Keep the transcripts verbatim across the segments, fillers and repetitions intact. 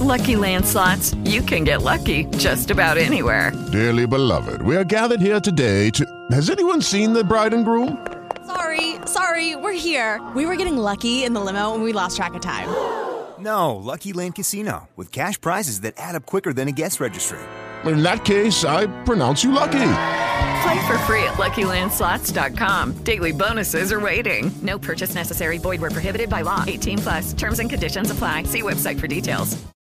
Lucky Land Slots, you can get lucky just about anywhere. Dearly beloved, we are gathered here today to... Has anyone seen the bride and groom? Sorry, sorry, we're here. We were getting lucky in the limo and we lost track of time. No, Lucky Land Casino, with cash prizes that add up quicker than a guest registry. In that case, I pronounce you lucky. Play for free at lucky land slots dot com. Daily bonuses are waiting. No purchase necessary. Void where prohibited by law. eighteen plus. Terms and conditions apply. See website for details.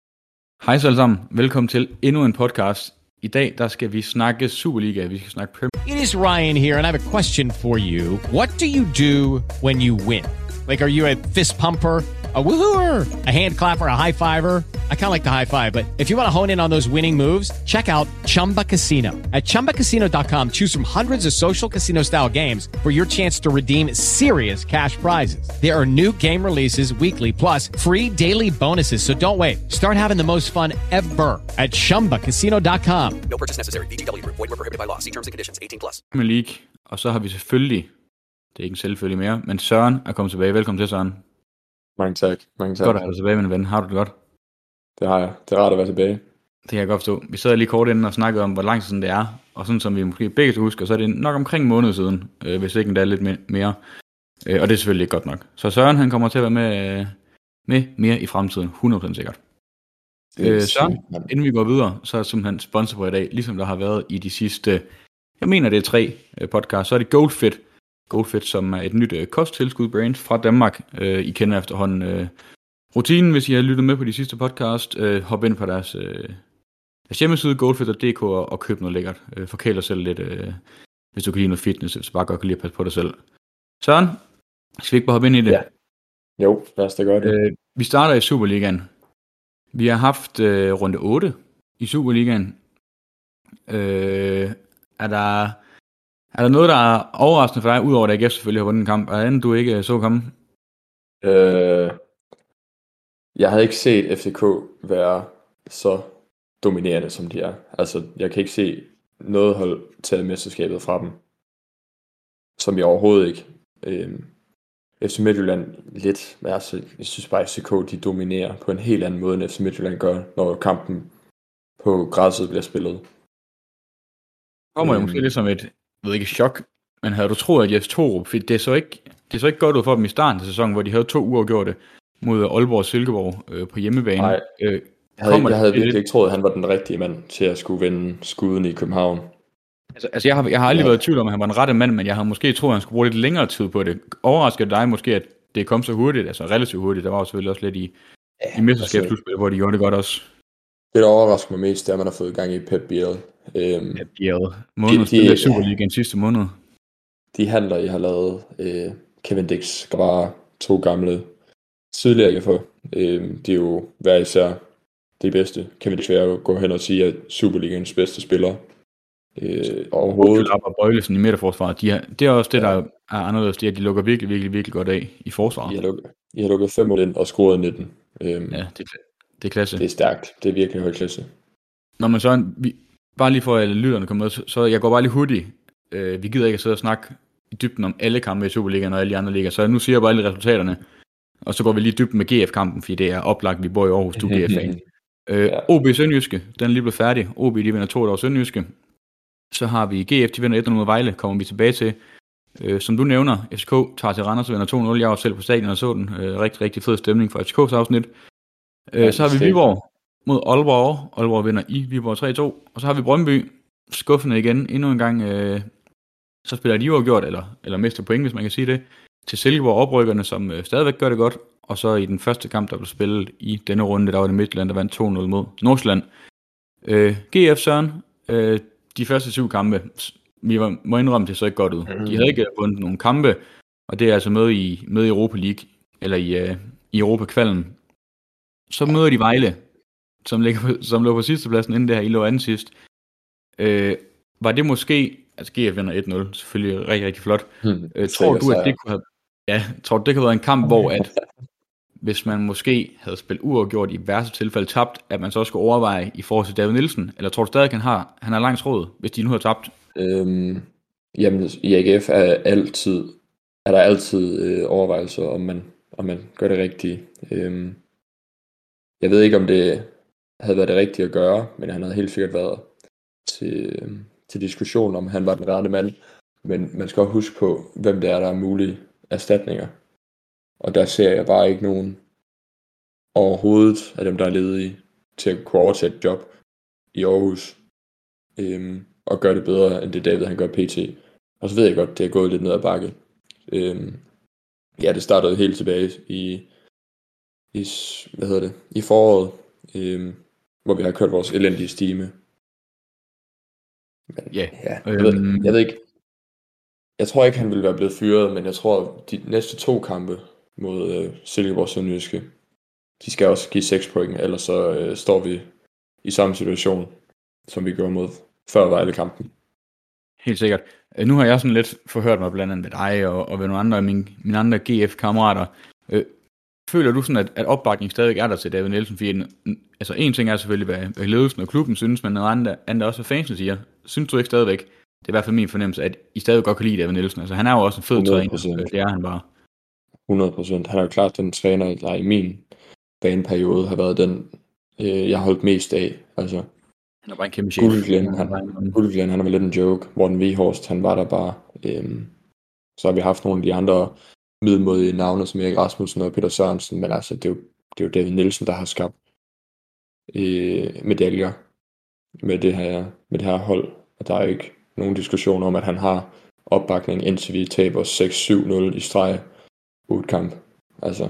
Hej så alle sammen. Velkommen til endnu en podcast. I dag der skal vi snakke Superliga. Vi skal snakke Premier. It is Ryan here, and I have a question for you. What do you do when you win? Like, are you a fist pumper, a woohooer, a hand clapper, a high fiver? I kind of like the high five, but if you want to hone in on those winning moves, check out Chumba Casino. At chumba casino dot com, choose from hundreds of social casino style games for your chance to redeem serious cash prizes. There are new game releases weekly, plus free daily bonuses. So don't wait. Start having the most fun ever at chumba casino dot com. No purchase necessary. V G W Group. Void where prohibited by law. See terms and conditions. eighteen plus. Premier League. Og så har vi selvfølgelig, det er ikke en selvfølgelig mere, men Søren er kommet tilbage. Velkommen til, Søren. Mange tak. Mange tak. Godt at have dig tilbage, min ven. Har du det godt? Det har jeg. Det er rart at være tilbage. Det kan jeg godt forstå. Vi sad lige kort inden og snakkede om, hvor lang tid det er. Og sådan som vi måske begge skal huske, så er det nok omkring en måned siden. Øh, hvis ikke endda lidt mere. Øh, og det er selvfølgelig ikke godt nok. Så Søren, han kommer til at være med, øh, med mere i fremtiden. hundrede procent sikkert. Øh, Søren, inden vi går videre, så er det simpelthen sponsor på i dag. Ligesom der har været i de sidste, jeg mener det er tre øh, podcasts. Så er det Goldfit. Goldfit, som er et nyt øh, kosttilskud-brand fra Danmark. Øh, I kender efterhånden øh, rutinen, hvis I har lyttet med på de sidste podcast. Øh, hop ind på deres, øh, deres hjemmeside, goldfit punktum d k, og, og køb noget lækkert. Øh, forkæl dig selv lidt, øh, hvis du kan lide noget fitness, hvis du bare godt kan lide at passe på dig selv. Søren, skal vi ikke bare hoppe ind i det? Ja. Jo, lad os da gøre det. Øh, vi starter i Superligaen. Vi har haft øh, runde otte i Superligaen. Øh, er der... Er der noget, der er overraskende for dig, udover at A G F selvfølgelig har vundet en kamp? Er der andet, du ikke så komme? Øh, jeg havde ikke set F C K være så dominerende, som de er. Altså, jeg kan ikke se noget hold tage mesterskabet fra dem. Som jeg overhovedet ikke. Øh, F C Midtjylland lidt, men altså, jeg synes bare, at F C K de dominerer på en helt anden måde, end F C Midtjylland gør, når kampen på græsset bliver spillet. Kommer det måske lidt som et, jeg ved ikke, chok, men havde du troet, at Jes Torup, for det så ikke, det så ikke godt ud for dem i starten af sæsonen, hvor de havde to uafgjorte mod Aalborg og Silkeborg øh, på hjemmebane. Nej, øh, jeg havde, jeg havde virkelig lidt... ikke troet, at han var den rigtige mand til at skulle vinde skuden i København. Altså, altså jeg, har, jeg har aldrig ja. været i tvivl om, at han var en rette mand, men jeg havde måske troet, at han skulle bruge lidt længere tid på det. Overrasker dig måske, at det kom så hurtigt, altså relativt hurtigt. Der var jo selvfølgelig også lidt i, ja, i mesterskabsslutspil, altså, hvor de gjorde det godt også. Det, der overrasker mig mest, det er, at man har fået i gang i Pep Biel. Øhm, Pep Biel. Måneden spiller i Superligaen sidste måned. De handler, I har lavet, øh, Kevin Dix, der var to gamle tidligere, jeg får. Øh, de er jo hver især det bedste. Kevin Dix vil jo gå hen og sige, at Superligaens bedste spiller øh, overhovedet. Og Bøjlesen i midterforsvaret, de har, det er også det, der er anderledes, det er, at de lukker virkelig, virkelig, virkelig godt af i forsvaret. I har lukket, I har lukket fem mål ind og scoret nitten. Øh, ja, det er, det er klasse. Det er stærkt. Det er virkelig høj klasse. Nå, men så vi, bare lige for at lytterne kommer med, så, så jeg går bare lige hurtigt. Øh, vi gider ikke at sidde og snakke i dybden om alle kampe i Superligaen og alle de andre ligaer, så nu siger jeg bare alle resultaterne, og så går vi lige i dybden med G F-kampen, fordi det er oplagt, vi bor i Aarhus, du G F-fan. øh, ja. O B Sønderjyske, den er lige blevet færdig. O B, de vinder to over Sønderjyske. Så har vi G F, de vinder et nul mod Vejle, kommer vi tilbage til. Øh, som du nævner, F C K tager til Randers og vinder to nul. Jeg var selv på stadion og så den. Øh, rigtig, rigtig fed stemning for F C K's afsnit. Øh, ja, så har vi Viborg mod Aalborg. Aalborg vinder i Viborg tre to. Og så har vi Brøndby, skuffende igen, endnu en gang. Øh, så spiller de uafgjort, eller, eller mister point, hvis man kan sige det, til Silkeborg oprykkerne, som øh, stadigvæk gør det godt. Og så i den første kamp, der blev spillet i denne runde, der var det Midtjylland, der vandt to nul mod Nordsjælland. Øh, G F Søren, øh, de første syv kampe, vi var, må indrømme, det så ikke godt ud. De havde ikke vundet nogen kampe, og det er altså med i, med i Europa League, eller i, uh, i Europa-kvalden. Så møder de Vejle, som, ligger på, som lå på sidste pladsen, inden det her, I lå anden sidst. Øh, var det måske, altså G F vinder et nul, selvfølgelig rigtig, rigtig flot. Hmm, øh, tror du, at det kunne have, ja, tror du, det kunne have været en kamp, hvor at, hvis man måske havde spillet uafgjort i værste tilfælde tabt, at man så skulle overveje i forhold til David Nielsen? Eller tror du stadig, at han har, han har langt råd, hvis de nu har tabt? Øhm, jamen, i A G F er, altid, er der altid øh, overvejelser, om man, om man gør det rigtige. Øhm, jeg ved ikke, om det, havde været det rigtige at gøre, men han havde helt sikkert været til, til diskussion om han var den rette mand. Men man skal også huske på, hvem det er, der er mulige erstatninger. Og der ser jeg bare ikke nogen overhovedet af dem, der er ledige, til at kunne overtage et job i Aarhus øhm, og gøre det bedre, end det David han gør pt. Og så ved jeg godt, det er gået lidt ned ad bakke. Øhm, ja, det startede helt tilbage i, i, hvad hedder det, i foråret, øhm, hvor vi har kørt vores elendige stime. Men, yeah. ja, jeg, ved, jeg ved ikke, jeg tror ikke, han ville være blevet fyret, men jeg tror, de næste to kampe mod øh, Silkeborg Sønderjyske, de skal også give seks point, ellers så øh, står vi i samme situation, som vi gjorde mod før Vejle-kampen. Helt sikkert. Nu har jeg sådan lidt forhørt mig blandt andet med dig og, og ved nogle andre af mine, mine andre G F-kammerater. Øh, føler du sådan, at, at opbakningen stadig er der til David Nielsen? Fordi en, altså en ting er selvfølgelig, hvad, hvad ledelsen og klubben synes, men noget andet, andet også, hvad fansen siger. Synes du ikke stadigvæk, det er i hvert fald min fornemmelse, at I stadig godt kan lide David Nielsen? Altså han er jo også en fed træner, det er han bare. hundrede procent. Han er jo klart den træner, der i min baneperiode har været den, øh, jeg har holdt mest af. Altså, han er bare en kæmpe chef. Guldglen, han, Guldglen, han er vel lidt en joke. Morten Vihorst, han var der bare. Øhm, så har vi haft nogle af de andre middelmådige navne, som Erik Rasmussen og Peter Sørensen, men altså, det er jo, det er jo David Nielsen, der har skabt øh, medaljer med det, her, med det her hold. Og der er ikke nogen diskussion om, at han har opbakning, indtil vi taber seks syv nul i streg udkamp. Altså.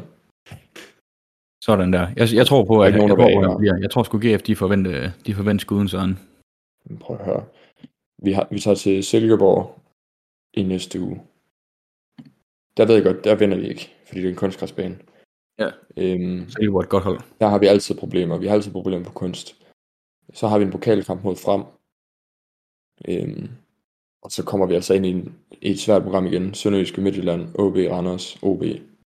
Sådan der. Jeg, jeg tror på, at jeg, jeg, tror, jeg, jeg tror sgu G F, de forventer, de forventer skuden sådan. Prøv at høre. Vi, har, vi tager til Silkeborg i næste uge. Der ved jeg godt, der vinder vi ikke, fordi det er en kunstgræsbane. Ja, øhm, Silkeborg er et godt hold. Der har vi altid problemer. Vi har altid problemer på kunst. Så har vi en pokalkamp mod Frem. Øhm, og så kommer vi altså ind i, en, i et svært program igen. Sønderjyske Midtjylland, O B, Randers, O B.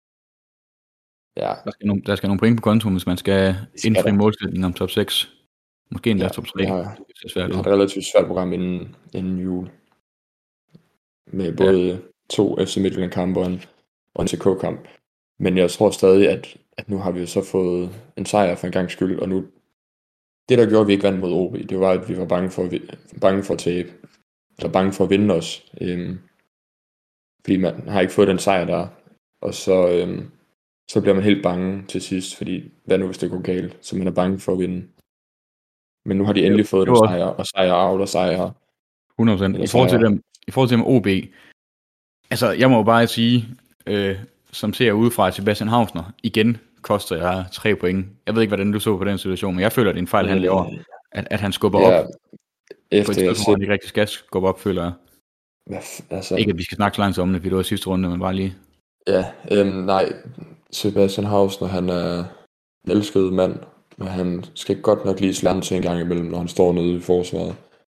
Ja. Der skal, nogle, der skal nogle point på kontoen, hvis man skal, skal indfri målsætningen om top seks. Måske endda ja, top tre. Vi har, det vi har et relativt svært program inden, inden jul. Med både ja. to F C Midtjylland-kampe og en, og en C K-kamp. Men jeg tror stadig, at, at nu har vi så fået en sejr for en gang skyld. Og nu, det der gjorde, at vi ikke vandt mod O B, det var, at vi var bange for, bange for at tabe. Eller bange for at vinde os. Øhm, fordi man har ikke fået den sejr der. Og så... Øhm, så bliver man helt bange til sidst, fordi hvad nu hvis det går galt, så man er bange for at vinde. Men nu har de endelig fået den sejr, og sejr out og sejr. hundrede procent. I forhold til dem, i forhold til dem O B, altså jeg må jo bare sige, øh, som ser udefra, at Sebastian Hausner igen koster jeg tre point. Jeg ved ikke, hvordan du så på den situation, men jeg føler, at det er en fejl, han laver, at, at han skubber ja, op. Efter på et sted, hvor han ikke rigtig skal skubbe op, føler jeg. Altså, ikke, at vi skal snakke så langt om det, fordi det var sidste runde, men bare lige. Ja, øhm, nej, Sebastian Hausner, han er en elsket mand, men han skal godt nok lige slande til en gang imellem, når han står nede i forsvaret.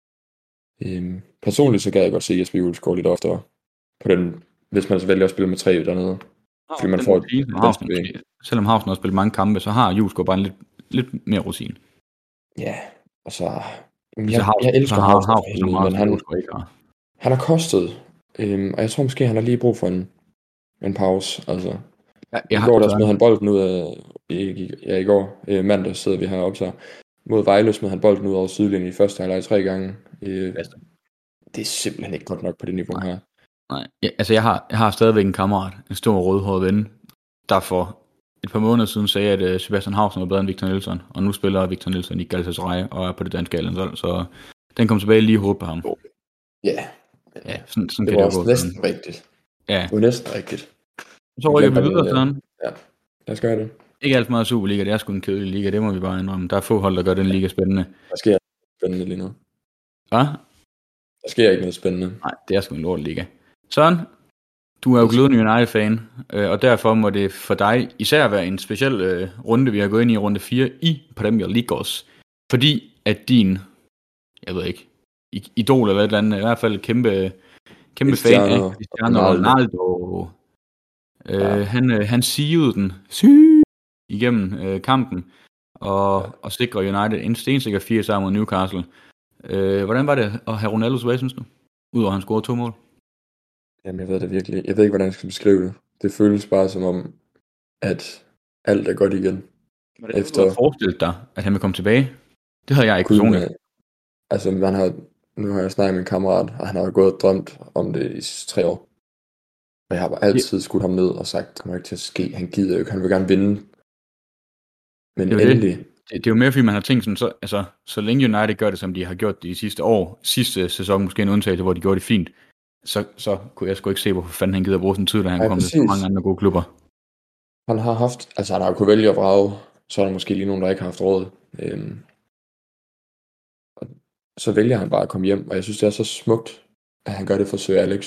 Øhm, personligt så gad jeg godt se Jesper Juhl score lidt oftere, på den, hvis man så vælger at spille med tre dernede. Ja, fordi man får et, et Hausner, selvom Hausner har spillet mange kampe, så har Juhl bare en lidt, lidt mere rosin. Ja, og så... Jeg, jeg, jeg elsker Hausner, Hausner men han, han har kostet, øhm, og jeg tror måske, han har lige brug for en en pause, altså. Ja, I går der smed han bolden ud af, i, ja i går, øh, mandag sidder vi heroppe så, mod Vejle smed han bolden ud over sidelinjen i første halvleg tre gange. Øh, det er simpelthen ikke godt nok på det niveau Nej. her. Nej, ja, altså jeg har, jeg har stadigvæk en kammerat, en stor rødhåret ven, der for et par måneder siden sagde, at uh, Sebastian Hausner var bedre end Victor Nielsen, og nu spiller Victor Nielsen i Galatasaray og er på det danske landshold, så den kom tilbage lige i hovedet på ham. Ja, ja sådan, sådan det var også næsten sådan. Rigtigt. Ja. Det var næsten rigtigt. Så rykker vi videre sådan. Ja, lad os gøre det. Ikke alt meget Superliga, det er sgu en kedelig liga, det må vi bare indrømme. Der er få hold, der gør den liga spændende. Der sker ikke spændende lige nu. Hvad? Der sker ikke noget spændende. Nej, det er sgu en lort liga. Sådan, du er jo glødende United-fan, og derfor må det for dig især være en speciel øh, runde, vi har gået ind i runde fire i Premier League også. Fordi at din, jeg ved ikke, idol eller et eller andet, i hvert fald kæmpe, kæmpe fan af Cristiano Ronaldo. Ja. Øh, han, øh, han sigede den syg igennem øh, kampen og, ja. og sikrer United en stensikker fire sejr mod Newcastle. Øh, hvordan var det at have Ronaldo tilbage, synes du? Udover at han scorede to mål. Jamen jeg ved det virkelig. Jeg ved ikke, hvordan jeg skal beskrive det. Det føles bare som om, at alt er godt igen. Var det efter... du havde forestillet dig, at han vil komme tilbage? Det havde jeg ikke Kunne, personligt. øh, altså, man har, nu har jeg snakket med en kammerat, og han har jo gået og drømt om det i sidste tre år. Og jeg har bare altid skudt ham ned og sagt, det kommer ikke til at ske. Han gider jo ikke, han vil gerne vinde. Men Det er jo endelig, det. Det, det er jo mere, fordi man har tænkt sådan, så, altså, så længe United gør det, som de har gjort det i sidste år, sidste sæson måske en undtagelse, hvor de gjorde det fint, så, så kunne jeg sgu ikke se, hvorfor fanden han gider bruge sin tid, da han Ja, kom til så præcis. mange andre gode klubber. han har haft, altså han har jo kunnet vælge at vrage, så er der måske lige nogen, der ikke har haft råd. Øhm, og så vælger han bare at komme hjem, og jeg synes, det er så smukt, at han gør det for Sir Alex.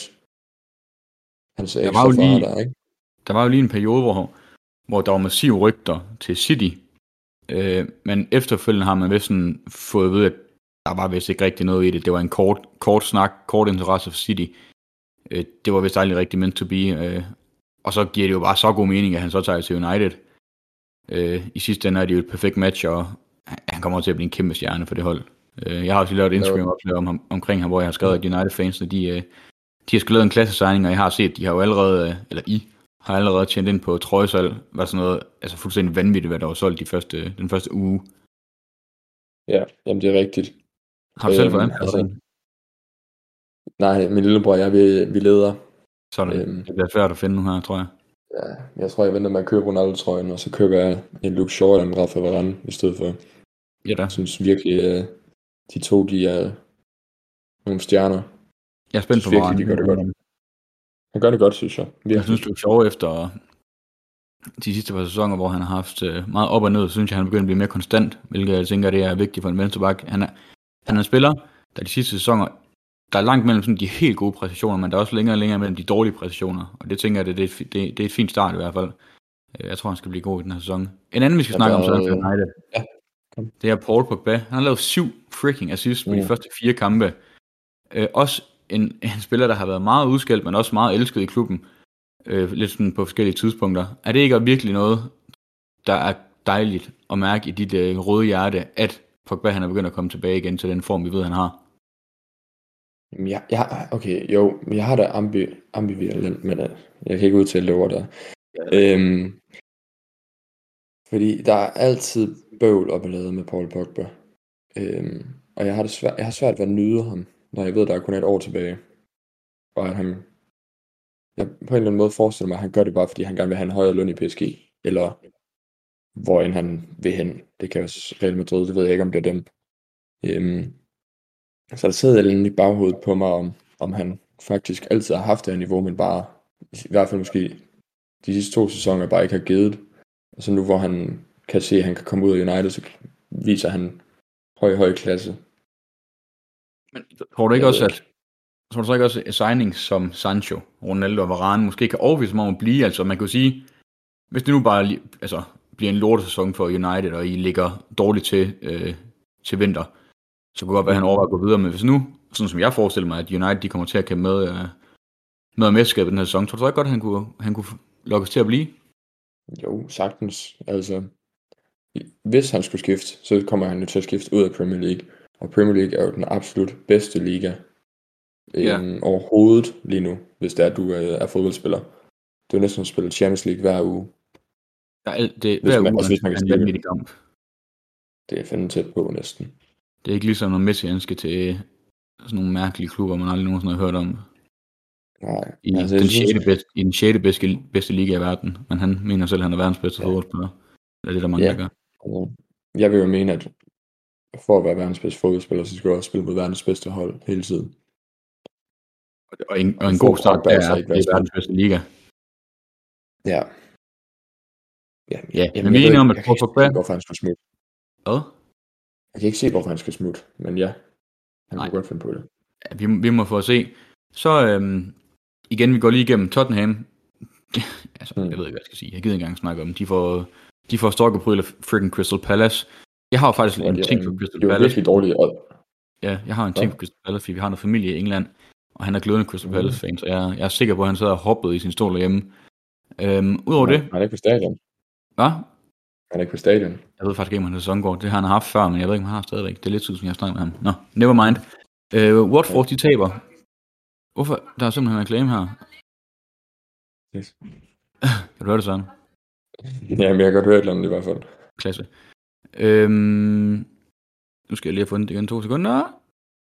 Hans Der var, ekstra jo far lige, der, ikke? der var jo lige en periode, hvor, hvor der var massive rygter til City, øh, men efterfølgende har man vist sådan fået at vide, at der var vist ikke rigtig noget i det. Det var en kort, kort snak, kort interesse for City. Øh, det var vist aldrig rigtig meant to be. Øh, og så giver det jo bare så god mening, at han så tager til United. Øh, I sidste ende er det jo et perfekt match, og han kommer til at blive en kæmpe stjerne for det hold. Øh, jeg har også lige lavet et Instagram-opslag om, om, omkring ham, hvor jeg har skrevet, at United-fansene, de, øh, de har sgu lavet en klasse-signing, og jeg har set, de har jo allerede, øh, eller I har allerede tjent ind på trøjesalg, var sådan noget, altså fuldstændig vanvittigt, hvad der var solgt de første, den første uge. Ja, jamen det er rigtigt. Har du selv Øhm, fået øhm, altså, nej, min lillebror og jeg, vi, vi leder. Sådan, Øhm, det bliver svært at finde nu her, tror jeg. Ja, jeg tror, jeg venter med at købe Ronaldo-trøjen, og så køber jeg en Luke Shaw eller en Rafa Varane i stedet for. Ja da. Jeg synes virkelig, at de to, de er nogle stjerner. Jeg er spændt på virkelig, Varane. de gør det godt. Han gør det godt, synes jeg. Virkelig. Jeg synes, det er sjovt efter de sidste par sæsoner, hvor han har haft meget op og ned, synes jeg, han begynder at blive mere konstant, hvilket jeg tænker, det er vigtigt for en venstreback. Han er, han er en spiller, der de sidste sæsoner, der er langt mellem sådan de helt gode præstationer, men der er også længere og længere mellem de dårlige præstationer, og det tænker jeg, det, det, er, det, det er et fint start i hvert fald. Jeg tror, han skal blive god i den her sæson. En anden, vi skal ja, snakke om, så er for United. Ja. Det er Paul Pogba. Han har lavet syv freaking assists på mm. de første fire kampe. Øh, også en, en spiller, der har været meget udskældt, men også meget elsket i klubben. Øh, lidt sådan på forskellige tidspunkter. Er det ikke virkelig noget, der er dejligt at mærke i dit øh, røde hjerte, at Pogba han er begyndt at komme tilbage igen til den form, vi ved, han har? Ja, ja, okay, jo, men jeg har da ambi, ambivalent med det. Jeg kan ikke udtale det ord der. Ja. Øhm, fordi der er altid bøvl og ballade med Paul Pogba. Øhm, og jeg har, det svært, jeg har svært ved at nyde ham, når jeg ved, der er kun et år tilbage. Og at han, jeg på en eller anden måde forestiller mig, at han gør det bare, fordi han gerne vil have en højere løn i P S G. Eller hvor end han vil hen. Det kan også Real Madrid, det ved jeg ikke, om det er dem. Øhm, så der sidder lidt i baghovedet på mig, om, om han faktisk altid har haft det her niveau, men bare, i hvert fald måske de sidste to sæsoner, bare ikke har givet. Og så nu, hvor han kan se, at han kan komme ud af United, så viser han høj, høj klasse. Men tror du ikke også, at tror du så ikke også, at signings som Sancho, Ronaldo og Varane måske kan overbevise mig om at blive? Altså man kan jo sige, hvis det nu bare altså, bliver en lortesæson for United, og I ligger dårligt til, øh, til vinter, så kunne godt være, at han overvejer at gå videre. Men hvis nu, sådan som jeg forestiller mig, at United de kommer til at kæmpe med, øh, med mesterskabet den her sæson, tror du så ikke godt, at han kunne, han kunne lokkes til at blive? Jo, sagtens. Altså, hvis han skulle skifte, så kommer han jo til at skifte ud af Premier League. Og Premier League er jo den absolut bedste liga ja. øhm, overhovedet lige nu, hvis det er, at du øh, er fodboldspiller. Det er jo næsten at spille Champions League hver uge. Ja, det, hver man, uge altså, hvis man kan er spille en kamp. Det er fandme tæt på næsten. Det er ikke ligesom, når Messi han skal til sådan nogle mærkelige klubber, man aldrig nogensinde har hørt om. Nej. I, altså, den, sjette bedste, i den sjette bedste, bedste liga i verden, men han mener selv, at han er verdens bedste ja. fodboldspiller. Det er det, der mange, ja. der gør. Altså, jeg vil jo mene, at for at være verdens bedste fodboldspiller, så skal du også spille mod verdens bedste hold hele tiden. Og en, og en god start, der er i verdens bedste liga. Ja. Ja, ja men vi er enige om, at Paul Pogba... Jeg kan ikke se, hvorfor han skal smutte. Hvad? Jeg kan ikke se, hvorfor han skal smutte, men ja, han kan godt finde på det. Ja, vi, vi må få at se. Så øhm, igen, vi går lige igennem Tottenham. altså, mm. jeg ved ikke, hvad jeg skal sige. Jeg gider ikke engang snakke om. De får, de får stok og bryl af freaking Crystal Palace. Jeg har jo faktisk ja, en ting for Crystal Palace. Det er jo virkelig dårligt. Ja, jeg har en ting ja. for Crystal Palace, fordi vi har noget familie i England, og han er glødende Crystal mm. Palace-fan, så jeg, jeg er sikker på, at han sidder og hoppet i sin stol derhjemme. Øhm, Udover ja, det... Han er ikke på stadion. Hvad? Han er ikke på stadion. Jeg ved faktisk ikke, om han er sæsongård. Det har han haft før, men jeg ved ikke, om han har stadigvæk. Det er lidt tid, som jeg har snakket med ham. Nå, never mind. Uh, Watford, de taber. Hvorfor? Der er simpelthen en reklame her. Yes. Kan du høre det sådan? Ja, men jeg kan godt høre et eller andet i hvert fald. Klasse. Øhm, Nu skal jeg lige have fundet det igen to sekunder.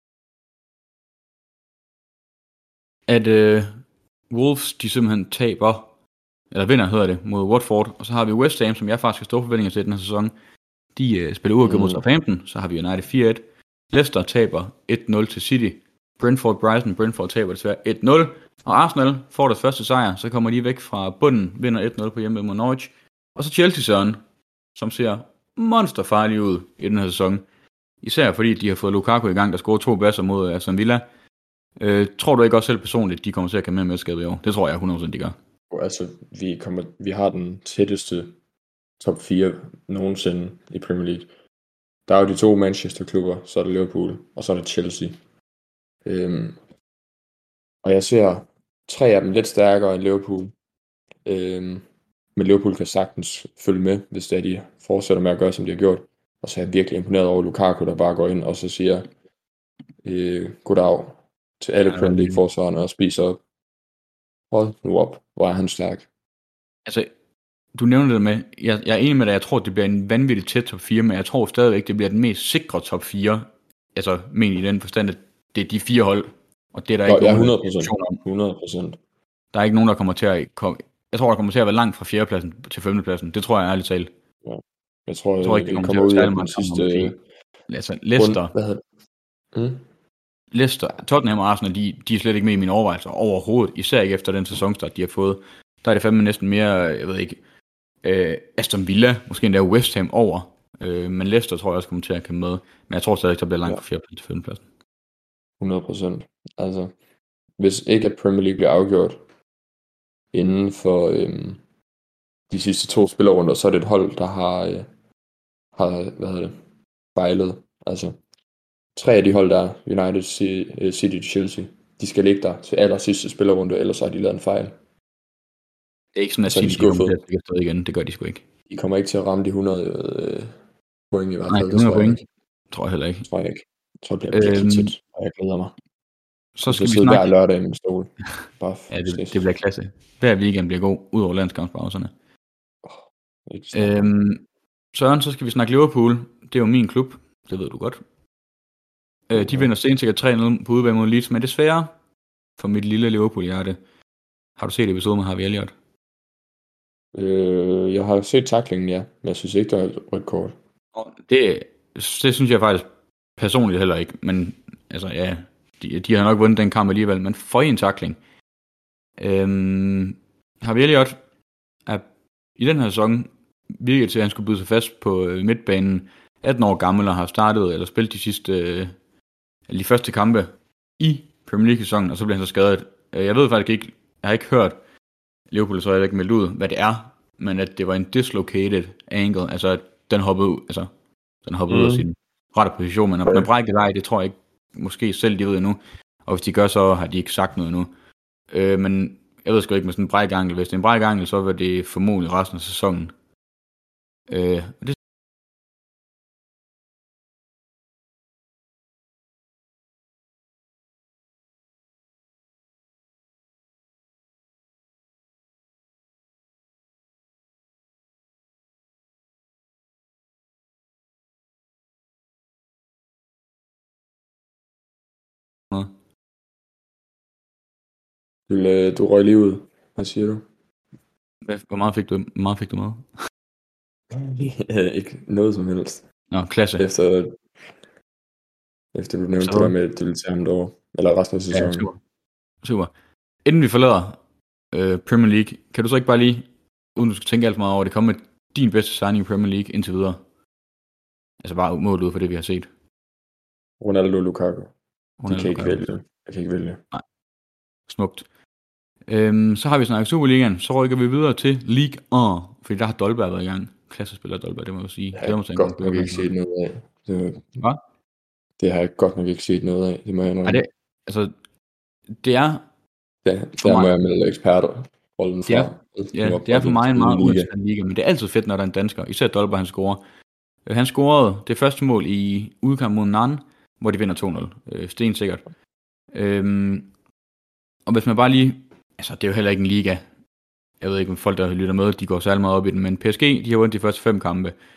At øh, Wolves, de simpelthen taber, eller vinder hedder det, mod Watford. Og så har vi West Ham, som jeg faktisk har store forventninger til den her sæson. De øh, spiller uafgjort mm. mod Southampton. Så har vi United fire et. Leicester taber et nul til City. Brentford Brighton. Brentford taber desværre et nul. Og Arsenal får deres første sejr. Så kommer de væk fra bunden. Vinder et nul på hjemme mod Norwich. Og så Chelsea Søren, som ser monsterfarlig ud i den her sæson. Især fordi de har fået Lukaku i gang, der scorer to basser mod Aston Villa. Øh, tror du ikke også selv personligt, de kommer til at komme med med skabet i år? Det tror jeg hundrede procent de gør. Altså, vi, kommer, vi har den tætteste top fire nogensinde i Premier League. Der er jo de to Manchester-klubber, så er der Liverpool, og så er der Chelsea. Øhm, og jeg ser tre af dem lidt stærkere end Liverpool. Øhm, men Liverpool kan sagtens følge med, hvis det er, de fortsætter med at gøre, som de har gjort. Og så er jeg virkelig imponeret over Lukaku, der bare går ind og så siger øh, goddag til alle Premier League-forsvarerne og spiser op. Hold nu op, hvor er han stærk. Altså, du nævnte det med, jeg, jeg er enig med dig, jeg tror, det bliver en vanvittig tæt top fire, men jeg tror stadigvæk, det bliver den mest sikre top fire. Altså, men i den forstand, at det er de fire hold, og det er der Nå, ikke ja, nogen hundrede procent. hundrede procent. Der er ikke nogen, der kommer til at komme, jeg tror, der kommer til at være langt fra fjerdepladsen til femtepladsen. Det tror jeg ærligt talt. Ja. Jeg tror, jeg tror ikke, det kommer, kommer ud af den sidste... Altså, Leicester... Hvad hedder det? Mm? Leicester, Tottenham og Arsenal, de, de er slet ikke med i mine overvejelser overhovedet, især ikke efter den sæsonstart, de har fået. Der er det fandme næsten mere, jeg ved ikke, øh, Aston Villa, måske endda West Ham over, øh, men Leicester tror jeg også kommer til at komme med, men jeg tror stadig, der bliver langt fra fjerdepladsen til femtepladsen. hundrede procent. Altså, hvis ikke at Premier League bliver afgjort inden for øhm, de sidste to spillerrunder, så er det et hold, der har, øh, har hvad hedder det, fejlet. Altså, tre af de hold, der er United, City og Chelsea, de skal ligge der til aller sidste spillerrunde, ellers har de lavet en fejl. Det er ikke sådan, at så City de kommer til at stikke afsted igen. Det gør de sgu ikke. De kommer ikke til at ramme de hundrede øh, point i hvert fald. Nej, hundrede point. Jeg. Tror jeg heller ikke. Tror jeg ikke. Jeg tror, det bliver virkelig øhm, tæt, og jeg glæder mig. Så skal vi snakke... hver lørdag i min stol. Bare ja, det, det bliver klasse. Hver weekend bliver god, ud over landskampspauserne. Oh, øhm, Søren, så skal vi snakke Liverpool. Det er jo min klub. Det ved du godt. Øh, de vinder stensikkert tre nul på udebane mod Leeds, men desværre for mit lille Liverpool-hjerte. Har du set episoden med Harvey Elliott? Øh, jeg har set tacklingen, ja, men jeg synes ikke, der er et rødt kort. Det, det synes jeg faktisk personligt heller ikke, men altså ja, de, de har nok vundet den kamp alligevel, men for en tackling. Øhm, Harvey Elliott er i den her sæson virket til, at han skulle byde sig fast på øh, midtbanen, atten år gammel og har startet eller spillet de sidste øh, de første kampe i Premier League-sæsonen, og så blev han så skadet. Jeg ved faktisk ikke, jeg har ikke hørt Liverpool, så har jeg ikke meldt ud, hvad det er, men at det var en dislocated angle, altså at den hoppede ud, altså den hoppede mm. ud af sin rette position, men om den brækkede leg, det tror jeg ikke, måske selv de ved endnu, og hvis de gør, så har de ikke sagt noget endnu. Øh, men jeg ved sgu ikke med sådan en brækangel, hvis det er en brækangel, så var det formodentlig resten af sæsonen. Øh, det Du, du røg lige ud. Hvad siger du? Hvor meget fik du, hvor meget fik du med? Ikke noget som helst. Nå, klasse. Efter, efter du nævnte så... det der med, at du ville tage ham derovre. Eller resten af sæsonen. Ja, super. super. Inden vi forlader øh, Premier League, kan du så ikke bare lige, uden du skal tænke alt for meget over det, komme med din bedste signing i Premier League indtil videre? Altså bare målet ud for det, vi har set. Ronaldo og Lukaku. Ronaldo De kan ikke vælge. Jeg kan ikke vælge. Nej. Smukt. Øhm, så har vi snakket Superligaen, så rykker vi videre til Ligue et, fordi der har Dolberg været i gang. Klassespiller Dolberg, det må jeg sige. Det har jeg det godt nok ikke set noget af. Det, Hvad? Det har jeg godt nok ikke set noget af. Det må jeg nok. Det, altså, det er... Ja, der må jeg melde eksperter rollen fra. Ja, ja, det er for mig en meget uinteressant liga, men det er altid fedt, når der er en dansker. Især Dolberg, han scorer. Han scorede det første mål i udkamp mod Nantes, hvor de vinder to nul. Øh, stensikkert. Øhm, og hvis man bare lige... Altså, det er jo heller ikke en liga. Jeg ved ikke, om folk, der lytter med, de går særlig meget op i den, men P S G, de har vundet de første fem kampe.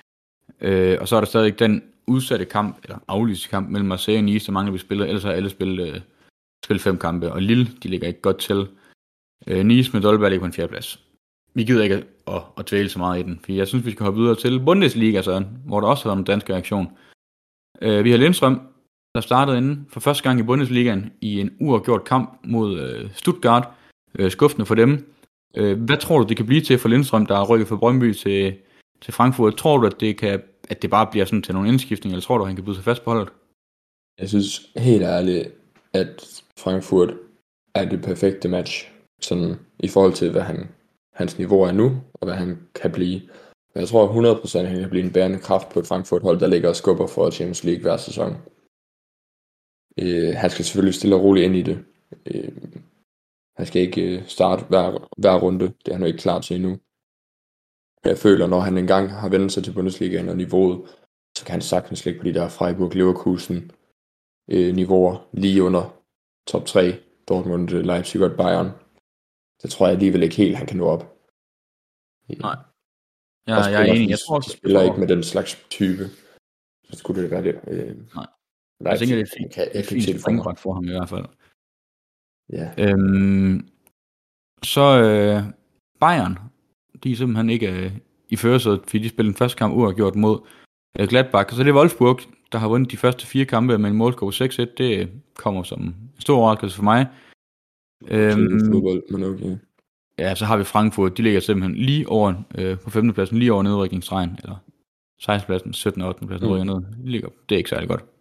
Øh, og så er der stadig den udsatte kamp, eller aflyste kamp, mellem Marseille og Nice, der mangler vi spillet, ellers har alle spillet, øh, spillet fem kampe, og Lille, de ligger ikke godt til. Øh, Nice med Dolberg ligger på en fjerdeplads. Vi gider ikke at, at dvæle så meget i den, for jeg synes, vi skal hoppe videre til Bundesliga, Søren, hvor der også har været en dansk reaktion. Øh, vi har Lindstrøm, der startede inden for første gang i Bundesligaen i en uafgjort kamp mod øh, Stuttgart. Øh, skuffende for dem. Øh, hvad tror du, det kan blive til for Lindstrøm, der er rykket fra Brøndby til, til Frankfurt? Tror du, at det, kan, at det bare bliver sådan til nogle indskiftninger, eller tror du, at han kan byde sig fast på holdet? Jeg synes helt ærligt, at Frankfurt er det perfekte match, sådan i forhold til, hvad han, hans niveau er nu, og hvad han kan blive. Men jeg tror hundrede procent, at han kan blive en bærende kraft på et Frankfurt-hold, der ligger og skubber for Champions League hver sæson. Øh, han skal selvfølgelig stille og roligt ind i det. Øh, han skal ikke starte hver, hver runde. Det er han jo ikke klar til endnu. Jeg føler, når han engang har vendt sig til Bundesligaen og niveauet, så kan han sagtens ligge på de der Freiburg, Leverkusen øh, niveauer lige under top tre. Dortmund, Leipzig og Bayern. Det tror jeg alligevel ikke helt, han kan nå op. Nej. Ja, jeg er enig. Jeg tror også, de spiller ikke med den slags type. Så skulle det være det. Øh, Nej. Leipzig, jeg tænker, det er fint. kan, jeg det er fint det for, for ham i hvert fald. Ja. Øhm, så øh, Bayern, de er simpelthen ikke øh, i førersædet, fordi de spillede den første kamp uafgjort mod øh, Gladbach. Og så er det Wolfsburg, der har vundet de første fire kampe med en målscore seks et. Det kommer som en stor overraskelse for mig. Øhm, fodbold, men okay. Ja, så har vi Frankfurt. De ligger simpelthen lige over øh, på femtepladsen, lige over nedrykningsstregen, eller sekstende pladsen, syttende og ottende pladsen, mm. rykker ned. De ligger, det er ikke særlig godt.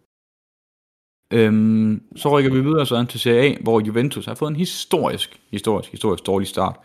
Øhm, så rykker vi videre så til Serie A, hvor Juventus har fået en historisk, historisk, historisk dårlig start.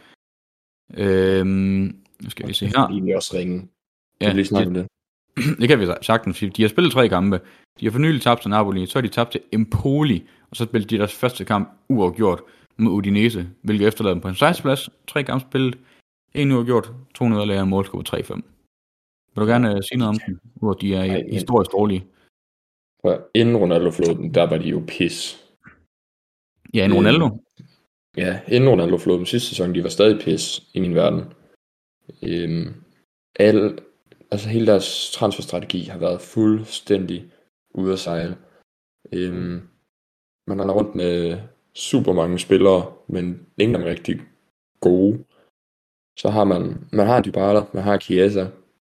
Øhm, nu skal vi se her. Det er også ringe. Ja, lige snakke om det. Det kan vi sagtens. De har spillet tre kampe. De har for nylig tabt til Napoli, så har de tabt til Empoli, og så spillede de deres første kamp uafgjort mod Udinese, hvilket efterlader dem på en sekstende plads. Tre kampe spillet, en uafgjort, to nederlag og en målscore på tre fem. Vil du gerne uh, sige noget om dem, hvor de er Nej, historisk dårlige? Inden Ronaldo flåede dem, der var de jo pis. Ja, inden Ronaldo? Øh, ja, inden Ronaldo flåede dem sidste sæson, de var stadig pis i min verden. Øh, al, altså hele deres transferstrategi har været fuldstændig ude at sejle. Øh, man har rundt med super mange spillere, men ingen er rigtig gode. Så har man, man har Dybala, man har Chiesa.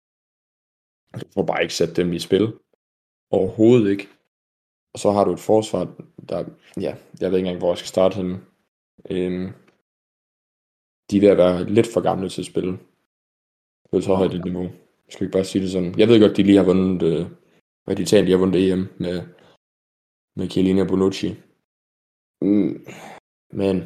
Du får bare ikke sat dem i spil. Overhovedet ikke. Og så har du et forsvar, der, ja, jeg ved ikke engang, hvor jeg skal starte henne. Øhm, de er ved at være lidt for gamle til at spille. På så højt et niveau. Jeg skal ikke bare sige det sådan. Jeg ved godt, de lige har vundet, øh, hvad de talte, de har vundet E M med, med Chiellini og Bonucci. Mm, men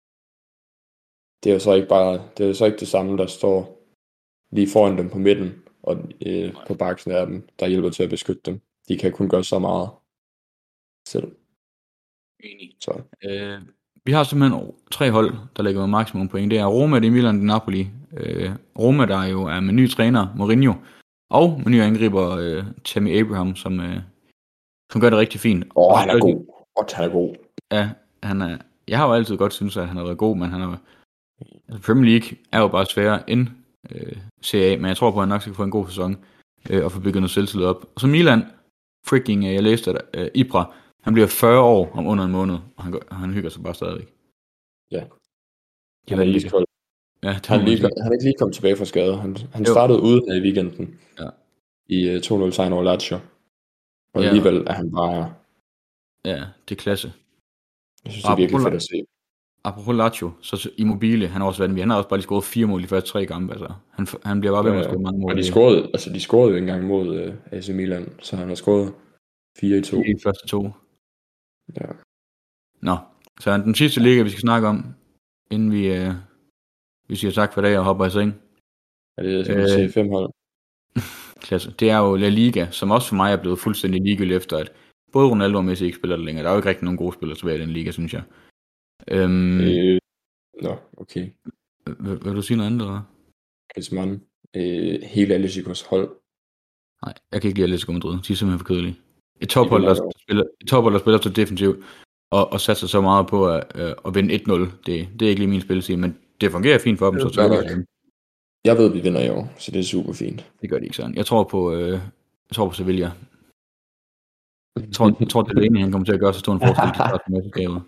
det er jo så ikke bare, det er jo så ikke det samme, der står lige foran dem på midten, og øh, på baksen af dem, der hjælper til at beskytte dem. De kan kun gøre så meget selv. Enig. Så. Øh, vi har simpelthen tre hold, der lægger med maksimum point. Det er Roma, det er Milan, det er Napoli. Øh, Roma, der jo er med ny træner, Mourinho, og med ny angriber, øh, Tammy Abraham, som, øh, som gør det rigtig fint. Åh, oh, han er god. Åh, oh, han er god. Ja, han er, jeg har jo altid godt synes, at han har været god, men han er, altså Premier League er jo bare sværere end øh, Serie A, men jeg tror på, at han nok skal få en god sæson øh, og få bygget noget selvtillid op. Og så Milan, freaking, jeg læste, at øh, Ibra, han bliver fyrre år om under en måned, og han, han hygger sig bare stadigvæk. Ja. Han er lige kold. Ja, han, lige, han er ikke lige kommet tilbage fra skade. Han, han startede ude i weekenden ja. i uh, to nul sejr over Lazio. Og ja. Alligevel er han bare... Ja, det er klasse. Jeg synes, det er virkelig fedt at se. Apropos Lazio, så Immobile, han har også været, han har også bare lige scoret fire mål i de første tre kampe, altså. Han, han bliver bare ved med at score mange mål. Og de scorede, altså de scorede jo ikke engang mod uh, A C Milan, så han har scoret fire i to. I de første to. Ja. Nå, så den sidste liga, vi skal snakke om, inden vi, øh, vi siger tak for i dag og hopper i seng. Er det er øh, C fem hold? Klasse. Det er jo La Liga, som også for mig er blevet fuldstændig ligegyldigt efter, at både Ronaldo og Messi ikke spiller det længere. Der er jo ikke rigtig nogen gode spillere tilbage i den liga, synes jeg. Øhm, øh, Nå, okay. Vil, vil du sige noget andet, eller? Griezmann. Øh, hele Atleticos hold. Nej, jeg kan ikke lide Atletico Madrid. De er simpelthen for kedelige. Et tophold, der spiller, et tophold, der spiller så defensivt, og, og satser så meget på at, øh, at vinde et nul. Det, det er ikke lige min spilstil, men det fungerer fint for dem. Så jeg ved, at vi vinder i år, så det er super fint. Det gør de ikke sådan. Jeg tror på, øh, Jeg tror på Sevilla. Jeg tror, jeg tror det er enig, han kommer til at gøre så stor en forskel til start på mesterskabet.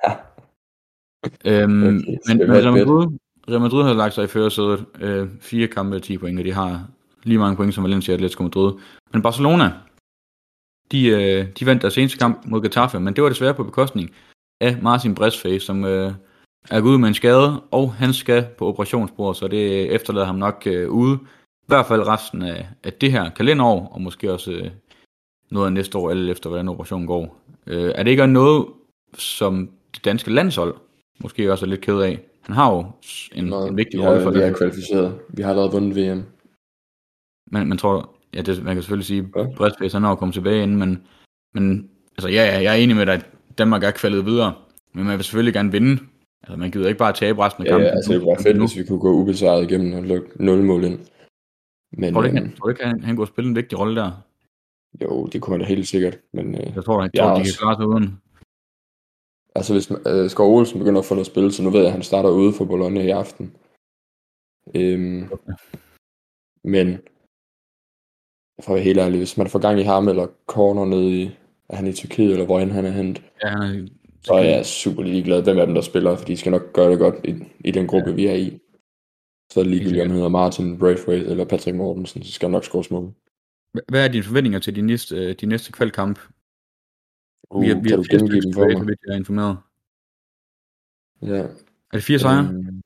øhm, Okay, men skal men vi have Real et bet? Madrid, Real Madrid har lagt sig i førersædet. Øh, fire kampe og ti point, og de har lige mange point som Valencia og Atletico Madrid. Men Barcelona, de, øh, de vandt deres eneste kamp mod Getafe, men det var desværre på bekostning af Marcin Bresfay, som øh, er gået ud med en skade, og han skal på operationsbordet, så det efterlader ham nok øh, ude. I hvert fald resten af, af det her kalenderår, og måske også øh, noget af næste år, eller efter hvordan operationen går. Øh, er det ikke noget, som det danske landshold måske også er lidt ked af? Han har jo en, Nå, en vigtig vi rolle har, for vi det. har kvalificeret. Vi har allerede vundet V M. Men man tror, ja, det, man kan selvfølgelig sige, Ja. at Bresfay han når at komme tilbage inden, men, men altså, ja, ja, jeg er enig med dig, at Danmark er kvalet videre, men man vil selvfølgelig gerne vinde. Altså, man gider ikke bare tabe resten af Ja, kampen. ja, altså det kunne være fedt, hvis vi kunne gå ubesejret igennem og lukke nul mål ind. Men Tror du ikke, øhm, han, tror du ikke han, han kunne spille en vigtig rolle der? jo, det kunne man da helt sikkert. Men øh, Jeg tror, jeg jeg tror er de kan også- klare sig uden. altså hvis øh, Skov Olsen begynder at få noget spil, så nu ved jeg, at han starter ude for Bologna i aften. Øhm, men for at være helt ærlig, hvis man får gang i ham eller corner nede i, er han i Tyrkiet, eller hvor end han er hentet, Ja, han er, så er jeg super ligeglad, hvem af dem der spiller, for de skal nok gøre det godt i, i den gruppe, ja. vi er i. Så er det ligegyldigt, om han hedder Martin Braithwaite eller Patrick Mortensen, så skal han nok score smål. hvad er dine forventninger til de næste, de næste kvalkamp? Uh, vi er, vi kan er du fire gengive stykker dem for tilbage, mig? så vidt jeg er informeret. Ja. Er det fire sejre? Øhm,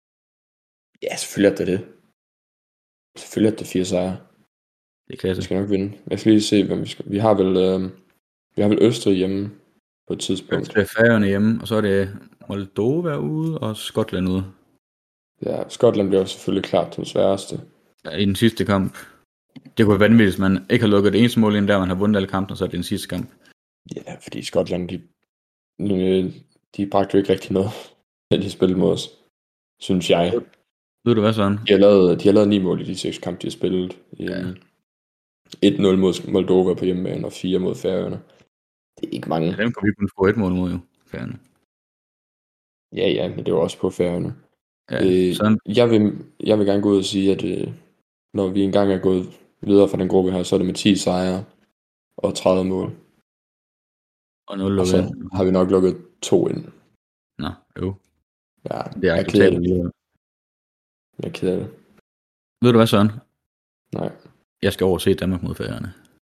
ja, selvfølgelig er det det. Selvfølgelig er det fire sejre. Det er Vi klasse. skal nok vinde. Jeg skal lige se, hvem vi skal. Vi har vel, øh, vi har vel Østrig hjemme på et tidspunkt. Det er Færøerne hjemme, og så er det Moldova ude, og Skotland ude. Ja, Skotland bliver selvfølgelig klart den sværeste. Ja, i den sidste kamp. Det kunne være vanvittigt, hvis man ikke har lukket det eneste mål ind der, man har vundet alle kampene, så er det den sidste kamp. Ja, fordi Skotland, de, øh, de bragte jo ikke rigtig noget, da de spillede mod os, synes jeg. Ved du hvad, Søren? De har lavet, de har lavet ni mål i de seks kampe, de har spillet. Ja. Ja. et nul mod Moldova på hjemmebane og fire mod Færøerne. Det er ikke mange. Ja, dem kunne vi kun få et mål mod, jo. Færøerne. Ja, ja, men det var også på Færøerne. Ja, Øh, sådan. jeg, vil, jeg vil gerne gå ud og sige, at øh, når vi engang er gået videre fra den gruppe her, så er det med ti sejre og tredive mål. Og nul Og lukket. så har vi nok lukket to ind. Nå, jo. Ja, Det er jeg er ked af acceptabelt. det. Jeg er ked af det. Ved du hvad, Søren? Nej, Jeg skal over og se Danmark mod Færøerne.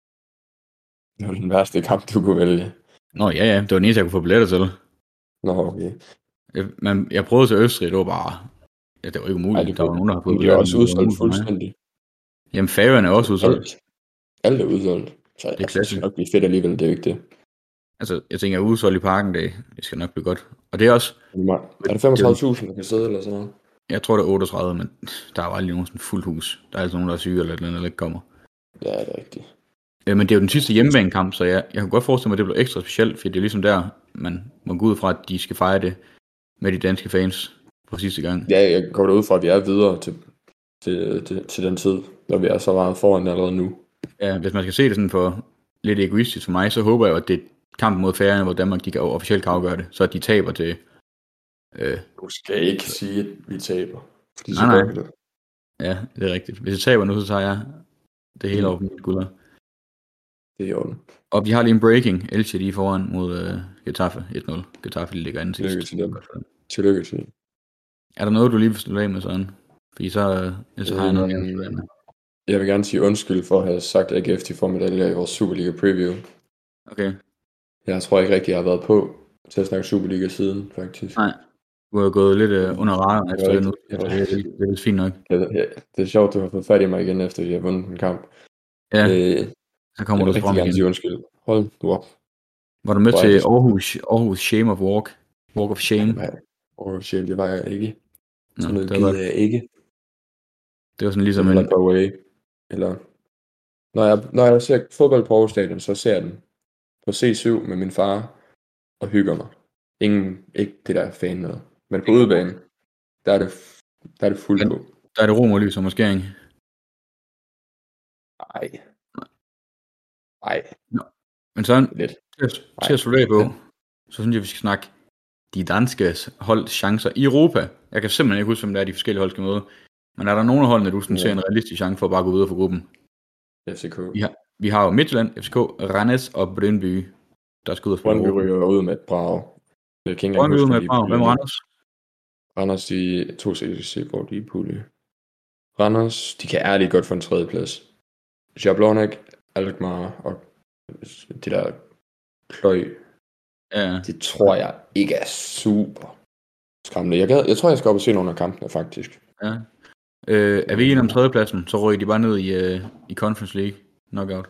det var den værste kamp, du kunne vælge. Nå, ja, ja. Det var den eneste, jeg kunne få billetter til. Nå, okay. Jeg, men jeg prøvede til Østrig, det var bare... Ja, det var ikke umuligt. Ej, det der var kunne- nogen, der har fået Men de er også men det var udsolgt umuligt for mig. fuldstændig. Jamen, Færøerne er også udsolgt. Alt, alt er udsolgt. Så er det, altså, det klasse. skal nok blive fedt alligevel, det er jo ikke det. Altså, jeg tænker, at udsolgt i parken, det, det skal nok blive godt. Og det er også... Er det femogtredive tusind, der kan sidde eller sådan noget? Jeg tror, det er otteogtredive, men der er jo aldrig nogen sådan fuldt hus. Der er altså nogen, der er syge eller et eller andet, der ikke kommer. Ja, det er rigtigt. Øh, men det er jo den sidste hjemmebanekamp, så jeg, jeg kan godt forestille mig, at det bliver ekstra specielt, for det er ligesom der, man må gå ud fra, at de skal fejre det med de danske fans for sidste gang. Ja, jeg går derud fra, at vi er videre til, til, til, til den tid, når vi er så meget foran allerede nu. Ja, hvis man skal se det sådan for lidt egoistisk for mig, så håber jeg jo, at det er kampen mod Færøerne, hvor Danmark de kan officielt kan afgøre det, så at de taber til... Øh, Du skal ikke sige, at vi taber. Fordi så Nej, gør nej. vi det. ja, det er rigtigt. Hvis jeg taber nu, så tager jeg det hele over på mit skulder. Det er i orden. Og vi har lige en breaking. Elche lige foran mod øh, Getafe et nul. Getafe de ligger anden sidst. Tillykke til dem. Tillykke til dem. Er der noget, du lige vil slutte af med sådan? Fordi så, øh, ellers så har jeg noget mere at slutte af med. Jeg vil gerne sige undskyld for at have sagt, at A G F de får medaljer i vores Superliga preview. Okay. Jeg tror ikke rigtig, jeg har været på til at snakke Superliga siden, faktisk. Nej. Du har gået lidt øh, under radaren Det efter var det nu. ikke- Det er, det, er, det er fint nok. Ja, ja, det er sjovt, du har fået fat i mig igen, efter vi har vundet en kamp. Ja, Øh, så kommer jeg du vil frem rigtig gerne igen. sige undskyld. Hold nu op. Var du med Hvor er til det- Aarhus, Aarhus Shame of Walk? Walk of Shame? Nej, oh, shit, det var jeg ikke. Nå, Sådan noget det, var, gider jeg ikke. det var sådan ligesom Eller en... go away. Eller... Når jeg, når jeg ser fodbold på Aarhus Stadion, så ser jeg den på C syv med min far og hygger mig. Ingen, ikke det der fan noget. Men på udebane, der er det, der er det fuldt på. Der er det romerlys og maskering. Nej. Nej, Men sådan, lidt. til at, til at slutte af på, så synes jeg, vi skal snakke de danske hold chancer i Europa. Jeg kan simpelthen ikke huske, hvem der er de forskellige hold skal møde. Men er der nogen af holdene, du sådan Ja. ser en realistisk chance for at bare gå videre for gruppen? F C K. Vi har, vi har jo Midtjylland, F C K, Randers og Brøndby, der skal ud og spille. Brøndby ryger ud med et brag. Brøndby ud med et brag. Hvem er Randers? Randers, de to C, hvor de er pulje. Randers, de kan ærligt godt få en tredjeplads. Jablonec, Alkmaar og det der Kløj, ja. Det tror jeg ikke er super skræmmende. Jeg, gad, jeg tror, jeg skal op og se nogle af kampene, faktisk. Ja. Øh, er vi enige om tredjepladsen, så ryger de bare ned i, uh, i Conference League knockout.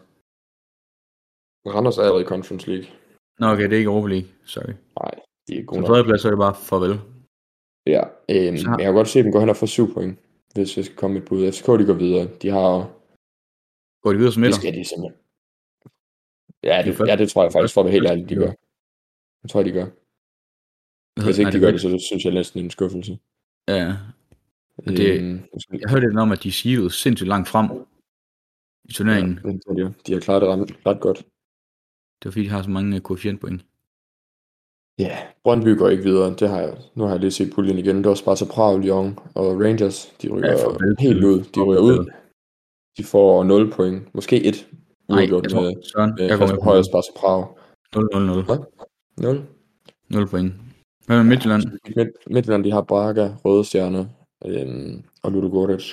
Randers er allerede i Conference League. Nå, okay, det er ikke Europa League. Sorry. Nej, det er gode. Så tredjeplads, så er det bare farvel. Ja, øhm, så... jeg kan godt se dem gå hen og få syv point, hvis jeg skal komme med et bud. F C K, de går videre. De har... Går de videre som det etter? skal de simpelthen. Ja, det, ja, det tror jeg faktisk, for at være helt ærlig, de gør. Det tror jeg, de gør. Hvis ikke de gør det, så synes jeg næsten en skuffelse. Ja. Det, øhm, jeg hørte det om, at de siger sindssygt langt frem i turneringen. Ja, de har klaret det ret, ret godt. Det var fordi, de har så mange koefficientpoint. Ja, Brøndby går ikke videre. Det har jeg, nu har jeg lige set puljen igen. Det var Sparta Prag, Lyon og Rangers. De ryger ja, helt ud. De ryger ud. De får nul point. Måske et. Nej, jeg tror, med, Søren, med jeg går med på højere Sparta Prag. nul nul nul. Hvad? nul? nul point. Hvad med Midtjylland? Midt, Midtjylland, de har Braga, Røde Stjerne øhm, og Ludogorets.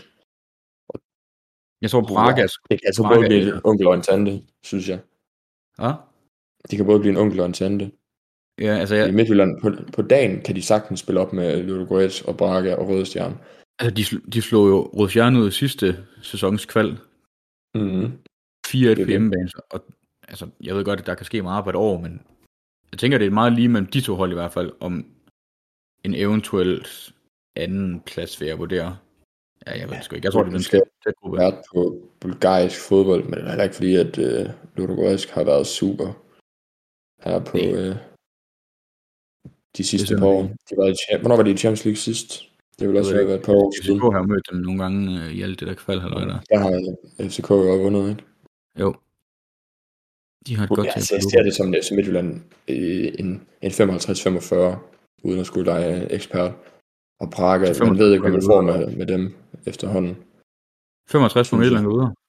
Jeg tror Braga... Det kan altså både blive en onkel og en tante, synes jeg. Ja? Det kan både blive en onkel og en tante. Ja, altså jeg... I Midtjylland, på, på dagen kan de sagtens spille op med Ludogorets og Braga og Røde Stjerne. Altså, de, de slog jo Røde Stjerne ud i sidste sæsons kval. Mm-hmm. fire et på hjemmebane. Og altså, jeg ved godt, at der kan ske meget på et år, men jeg tænker, det er meget lige mellem de to hold i hvert fald, om en eventuel anden plads vil jeg vurdere. Ja, jeg ved sgu ikke. Jeg tror, det er den skal være på bulgarisk fodbold, men det er heller ikke fordi, at øh, Ludogorets har været super her på øh, de sidste par år. De var i, hvornår var de i Champions League sidst? Det vil også have været et par år siden. F C K har mødt dem nogle gange øh, i alt det der kval, eller der. Der har F C K jo også vundet, ikke? Jo. De har et godt ja, til. Jeg ser det som, som Midtjylland øh, en, en femoghalvtreds femogfyrre, uden at skulle lege ekspert. Og Braga, man ved ikke, hvad man får med, med dem efterhånden. femogtres for Midtjylland går videre?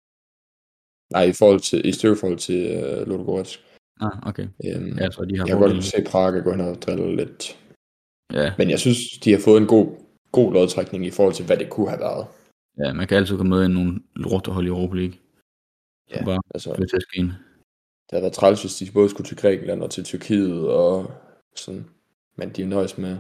Nej, i forhold til, i styrkeforhold til uh, Ludogorets. Ah, okay. Øhm, ja, så de har jeg kan godt se Braga gå hen og drille lidt. Ja. Men jeg synes, de har fået en god, god lodtrækning i forhold til, hvad det kunne have været. Ja, man kan altid komme med i nogle lortehold i Europa League. Ja, bare altså, det har været træls, hvis de både skulle til Grækenland og til Tyrkiet og sådan. Men de er nøjes med,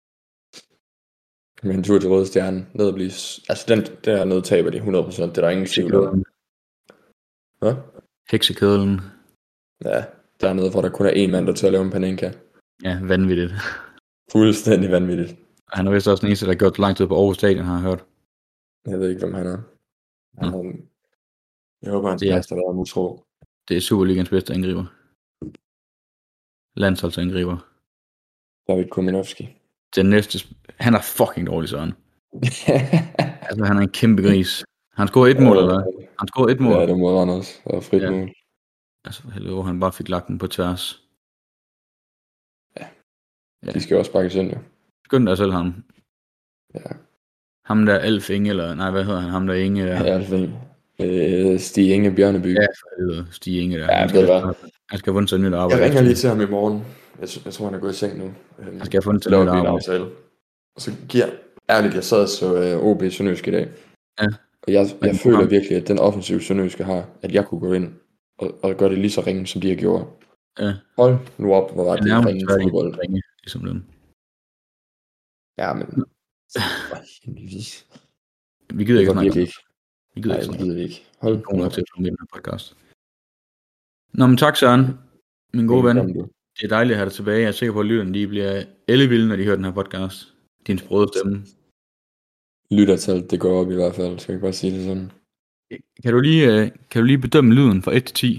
med en tur til Røde Stjerne. Ned at blive, altså den der ned taber de hundrede procent. Det er der ingen tvivl om. Hvad? Heksekedlen. Ja, dernede, hvor der kun er en mand, der til at lave en panenka. Ja, vanvittigt. Fuldstændig vanvittigt. Han er vist også den eneste, der har gjort lang tid på Aarhus Stadion, har jeg hørt. Jeg ved ikke, hvem han er. Han ja. er jeg håber, han skal have været utro. Det er Superligans bedste angriber. Landsholdsangriber. David Kuminovski. Den næste... Han er fucking dårlig, Søren. Altså, han er en kæmpe gris. Han scorede et mål, eller hvad? Han scorede et mål. Ja, det må Randers. Det var frit ja. mål. Altså, helvede, hvor han bare fik lagt den på tværs. Ja. ja. De skal jo også bakkes ind, jo. Skynd dig selv ham. Ja. Ham der Alf Inge, eller... Nej, hvad hedder han? Ham der Inge der... Ja, Alf Inge. Øh, Stig Inge Bjørneby. Ja, for helvede. Stig Inge der. Ja, han skal, det han skal have fundet sig et nyt arbejde. Jeg ringer lige til ham i morgen. Jeg, jeg tror, han er gået i seng nu. Han skal have fundet sig et nyt arbejde. Og så giver... Ærligt, jeg sad så uh, O B Sønderjysk i dag. Ja. Og jeg, jeg føler virkelig, at den offensive Sønderjyske har, at jeg kunne gå ind og, og gøre det lige så ringe, som de har gjort. Ja. Hold nu op, hvor var det ja, ringe fodbold. Ringe, ligesom den. Ja, men... vi gider ikke snakke. Ikke. Vi gider Nej, ikke snakke. gider vi ikke. Hold nu op til at den her podcast. Nå, men tak Søren, min gode ven. Det er dejligt at have dig tilbage. Jeg er sikker på, at lytterne de bliver ellevilde, når de hører den her podcast. Din sprøde stemme. Lyttertal, det går op i hvert fald. Skal jeg bare sige det sådan. Kan du lige, kan du lige bedømme lyden fra et til ti?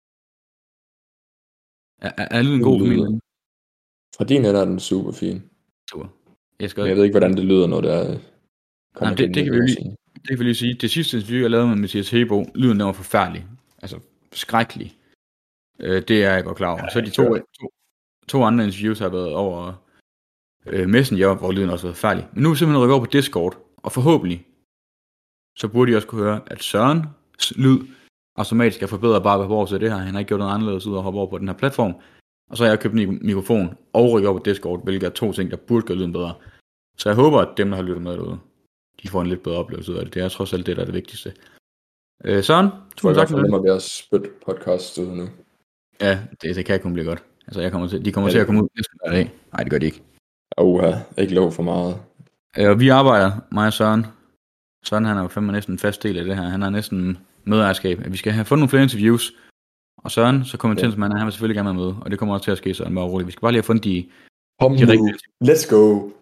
Er, er, er lyden god for min? Fra din ende er den super fin. Super. Jeg, skal... jeg ved ikke, hvordan det lyder, når det er... Nej, det, det, kan vi lige, det kan vi lige sige. Det sidste interview, jeg lavede med Mathias Hebo, lyden der var forfærdelig. Altså, skrækkelig. Øh, det er jeg godt klar over. Ja, så de to, to, to andre interviews har været over øh, Messenger, hvor lyden også var forfærdelig. Men nu er vi simpelthen rykket over på Discord, og forhåbentlig, så burde I også kunne høre, at Sørens lyd automatisk er forbedret bare ved at hoppe over til det her. Han har ikke gjort noget anderledes ud at hoppe over på den her platform. Og så har jeg købt en mikrofon og rykket op på Discord, hvilket er to ting, der burde gøre lyden bedre. Så jeg håber, at dem, der har lyttet med derude, de får en lidt bedre oplevelse ud af det. Det er trods alt det, der er det vigtigste. Øh, Søren, tusind tak for det. Jeg må være spyt podcast ud nu. Ja, det, det kan kun blive godt. Altså, jeg kommer til, de kommer ja, til at komme ud næsten hver dag. Nej, det gør de ikke. Åh, uh, ikke lov for meget. Øh, vi arbejder, mig og Søren. Søren, han er jo fandme næsten en fast del af det her. Han har næsten medejerskab. Vi skal have fundet nogle flere interviews. Og Søren, så kommer til, man han vil selvfølgelig gerne med, og det kommer også til at ske, Søren, bare roligt. Vi skal bare lige have fundet de, de rigtige. Let's go.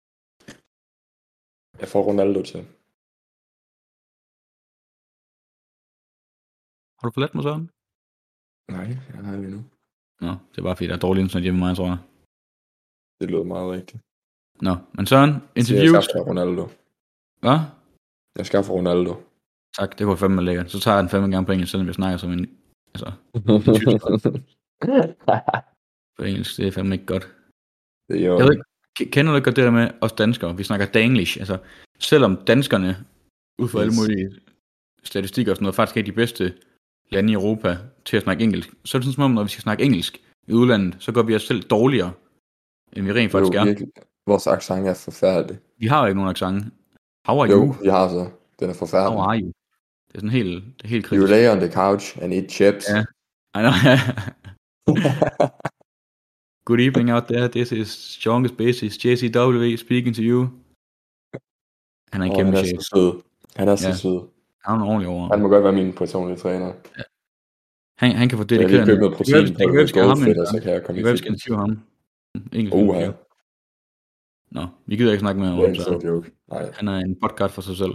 Jeg får Ronaldo til. Har du forladt mig, Søren? Nej, jeg har det endnu. Nå, det er bare fordi, der er dårlig internet hjemme med mig, tror jeg. Det lød meget rigtigt. Nå, men Søren, interviews. Jeg skaffer Ronaldo. Hvad? Jeg skaffer Ronaldo. Tak, det kunne fandme lækkert. Så tager jeg den fandme gang på engelsk, selvom jeg snakker som en... Altså... på engelsk, det er fandme ikke godt. Det er jo... Jeg ved ikke, kender du ikke godt det der med os danskere? Vi snakker danglish. Altså, selvom danskerne, ud fra yes. alle mulige statistikker og sådan noget, faktisk er de bedste lande i Europa til at snakke engelsk, så er det sådan som om, når vi skal snakke engelsk i udlandet, så går vi os selv dårligere, end vi rent faktisk jo, er. Virkelig. Vores accent er forfærdelig. Vi har jo ikke nogen accent. How are jo, you? Jo, vi har så. Den er forfærdelig. How are you? Det er sådan helt, det er helt kritisk. You lay on the couch and eat chips. Ja, I know. Good evening out there. This is Strongest Basis. J C W speaking to you. Han er en oh, kæmpe chef. Han er så sød. Han er så ja. sød. Han er ordentlig over. Han må godt være min personlige træner. Ja. Han, han kan få dedikeret. Jeg har lige købt noget protein på det goldfedt, og så kan jeg komme i fitness. Jeg skal ham. Engelsk. Uh, ja. Nå, vi gider ikke snakke med ham. Nej. Han er en podcast for sig selv.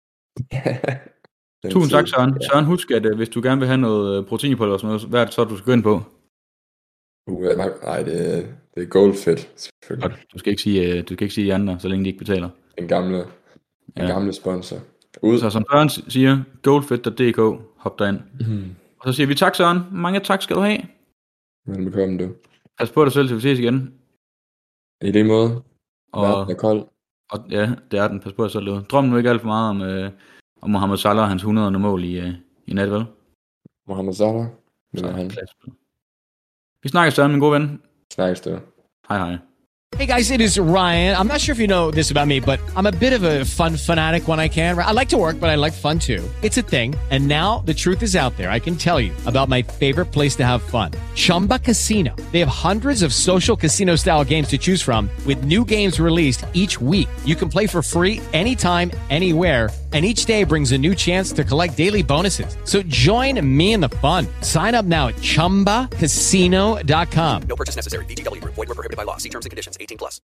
Tusind tak, Søren. Ja. Søren, husk, at uh, hvis du gerne vil have noget proteinpulver og sådan noget, hvad er det så, du skal gå ind på? Uh, nej, det er, det er goldfedt, selvfølgelig. Du skal ikke sige, du skal ikke sige de andre, så længe de ikke betaler. Den gamle, den ja. gamle sponsor. Ud. Så som Søren siger, goldfit punktum d k, hop derind. Mm. Og så siger vi tak, Søren. Mange tak skal du have. Velbekomme, du. Pas på dig selv, til vi ses igen. I det måde. Og, verden er kold. Og, ja, det er den. Pas på dig selv. Drøm nu ikke alt for meget om, øh, om Mohamed Salah og hans hundrede mål i, øh, i nat, vel? Mohamed Salah? Så, han. Vi snakkes, Søren, min gode ven. Snakkes, du. Hej, hej. Hey guys, it is Ryan. I'm not sure if you know this about me, but I'm a bit of a fun fanatic when I can. I like to work, but I like fun too. It's a thing. And now the truth is out there. I can tell you about my favorite place to have fun. Chumba Casino. They have hundreds of social casino style games to choose from with new games released each week. You can play for free anytime, anywhere. And each day brings a new chance to collect daily bonuses. So join me in the fun. Sign up now at chumba casino dot com. No purchase necessary. V G W. Void where prohibited by law. See terms and conditions. eighteen plus.